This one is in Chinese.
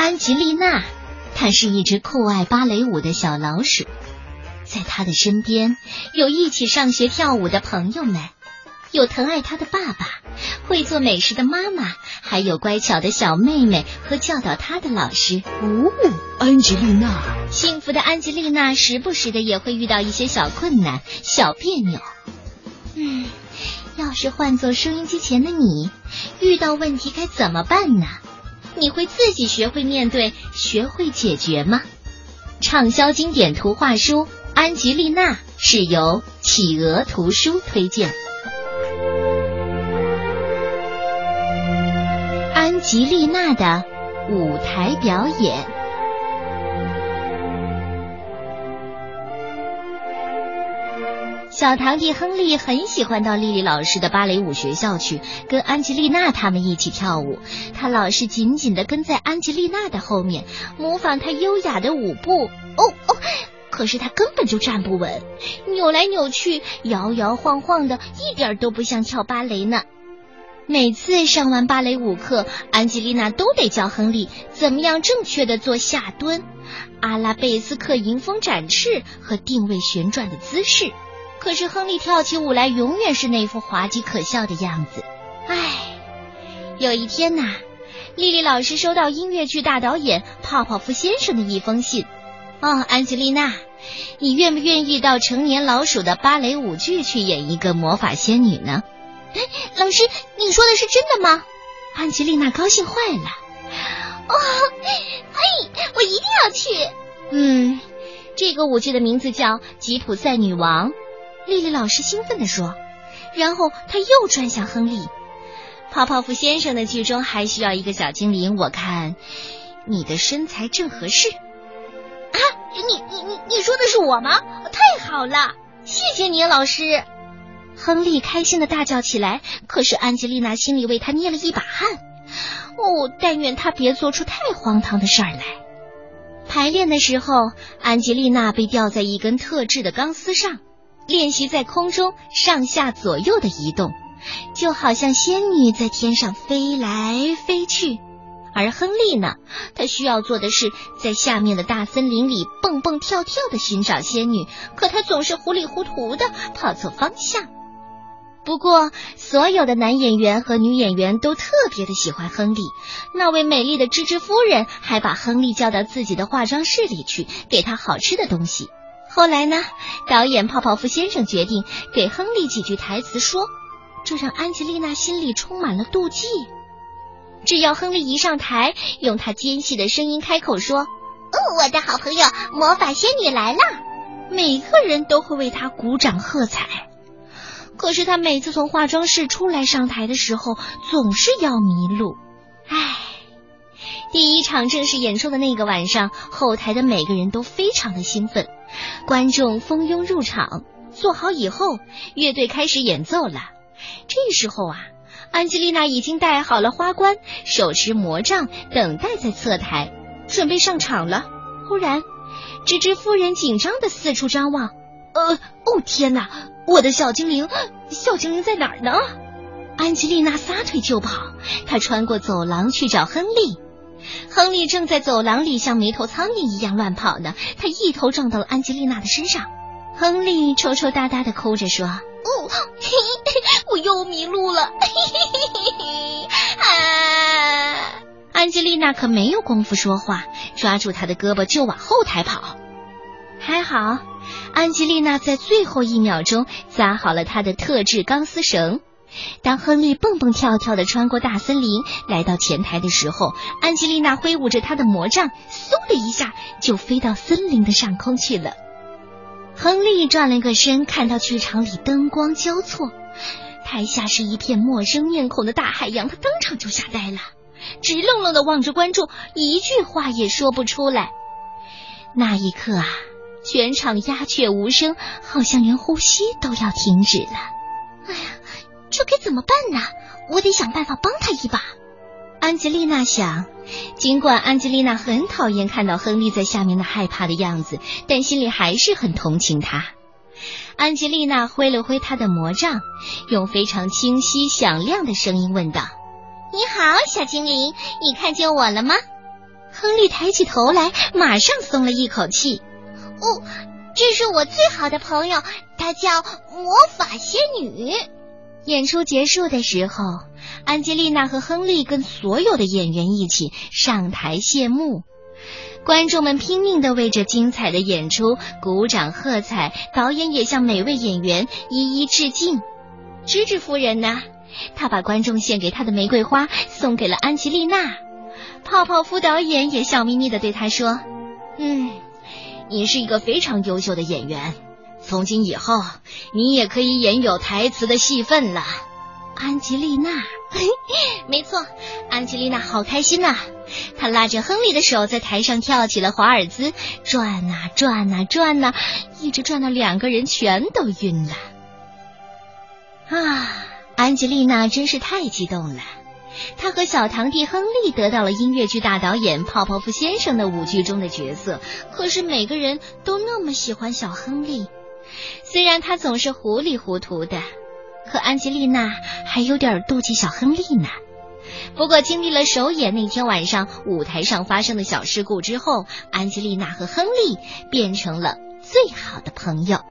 安吉丽娜，她是一只酷爱芭蕾舞的小老鼠。在她的身边有一起上学跳舞的朋友们，有疼爱她的爸爸，会做美食的妈妈，还有乖巧的小妹妹和教导她的老师。 安吉丽娜。 幸福的安吉丽娜时不时的也会遇到一些小困难、小别扭。要是换做收音机前的你，遇到问题该怎么办呢？你会自己学会面对，学会解决吗？畅销经典图画书《安吉丽娜》是由企鹅图书推荐。安吉丽娜的舞台表演。小堂弟亨利很喜欢到莉莉老师的芭蕾舞学校去，跟安吉丽娜他们一起跳舞。他老是紧紧地跟在安吉丽娜的后面，模仿她优雅的舞步。可是他根本就站不稳，扭来扭去，摇摇晃晃的，一点都不像跳芭蕾呢。每次上完芭蕾舞课，安吉丽娜都得教亨利怎么样正确地做下蹲、阿拉贝斯克迎风展翅和定位旋转的姿势。可是亨利跳起舞来永远是那副滑稽可笑的样子。有一天呐，莉莉老师收到音乐剧大导演泡泡夫先生的一封信。安吉丽娜，你愿不愿意到成年老鼠的芭蕾舞剧去演一个魔法仙女呢？老师，你说的是真的吗？安吉丽娜高兴坏了。我一定要去。这个舞剧的名字叫《吉普赛女王》。莉莉老师兴奋地说，然后她又转向亨利。泡泡夫先生的剧中还需要一个小精灵，我看你的身材正合适。你说的是我吗？太好了，谢谢你，老师。亨利开心地大叫起来，可是安吉丽娜心里为他捏了一把汗。但愿他别做出太荒唐的事儿来。排练的时候，安吉丽娜被吊在一根特制的钢丝上，练习在空中上下左右的移动，就好像仙女在天上飞来飞去。而亨利呢，他需要做的是在下面的大森林里蹦蹦跳跳的寻找仙女，可他总是糊里糊涂的跑错方向。不过所有的男演员和女演员都特别的喜欢亨利，那位美丽的芝芝夫人还把亨利叫到自己的化妆室里去，给他好吃的东西。后来呢，导演泡泡夫先生决定给亨利几句台词说，这让安吉丽娜心里充满了妒忌。只要亨利一上台，用他尖细的声音开口说，我的好朋友魔法仙女来了，每个人都会为他鼓掌喝彩。可是他每次从化妆室出来上台的时候，总是要迷路。第一场正式演出的那个晚上，后台的每个人都非常的兴奋，观众蜂拥入场。坐好以后，乐队开始演奏了。这时候安吉丽娜已经戴好了花冠，手持魔杖，等待在侧台，准备上场了。忽然，芝芝夫人紧张地四处张望。天哪，我的小精灵在哪儿呢？安吉丽娜撒腿就跑，她穿过走廊去找亨利。亨利正在走廊里像没头苍蝇一样乱跑呢，他一头撞到了安吉丽娜的身上。亨利抽抽搭搭地哭着说，我又迷路了。安吉丽娜可没有功夫说话，抓住他的胳膊就往后台跑。还好，安吉丽娜在最后一秒钟扎好了她的特制钢丝绳。当亨利蹦蹦跳跳地穿过大森林来到前台的时候，安吉丽娜挥舞着她的魔杖，嗖的一下就飞到森林的上空去了。亨利转了个身，看到剧场里灯光交错，台下是一片陌生面孔的大海洋，他当场就吓呆了，直愣愣地望着观众，一句话也说不出来。那一刻全场鸦雀无声，好像连呼吸都要停止了。这该怎么办呢？我得想办法帮他一把。安吉丽娜想，尽管安吉丽娜很讨厌看到亨利在下面的害怕的样子，但心里还是很同情他。安吉丽娜挥了挥她的魔杖，用非常清晰响亮的声音问道，你好，小精灵，你看见我了吗？ 亨利抬起头来，马上松了一口气。 哦，这是我最好的朋友，她叫魔法仙女。 演出结束的时候，安吉丽娜和亨利跟所有的演员一起上台谢幕。观众们拼命地为这精彩的演出鼓掌喝彩，导演也向每位演员一一致敬。芝芝夫人呢，她把观众献给她的玫瑰花送给了安吉丽娜。泡泡夫导演也笑眯眯地对她说：你是一个非常优秀的演员，从今以后你也可以演有台词的戏份了。安吉丽娜没错，安吉丽娜好开心啊，她拉着亨利的手在台上跳起了华尔兹，转啊转啊转啊，一直转到两个人全都晕了。安吉丽娜真是太激动了，她和小堂弟亨利得到了音乐剧大导演泡泡夫先生的舞剧中的角色，可是每个人都那么喜欢小亨利，虽然他总是糊里糊涂的，可安吉丽娜还有点妒忌小亨利呢。不过经历了首演那天晚上舞台上发生的小事故之后，安吉丽娜和亨利变成了最好的朋友。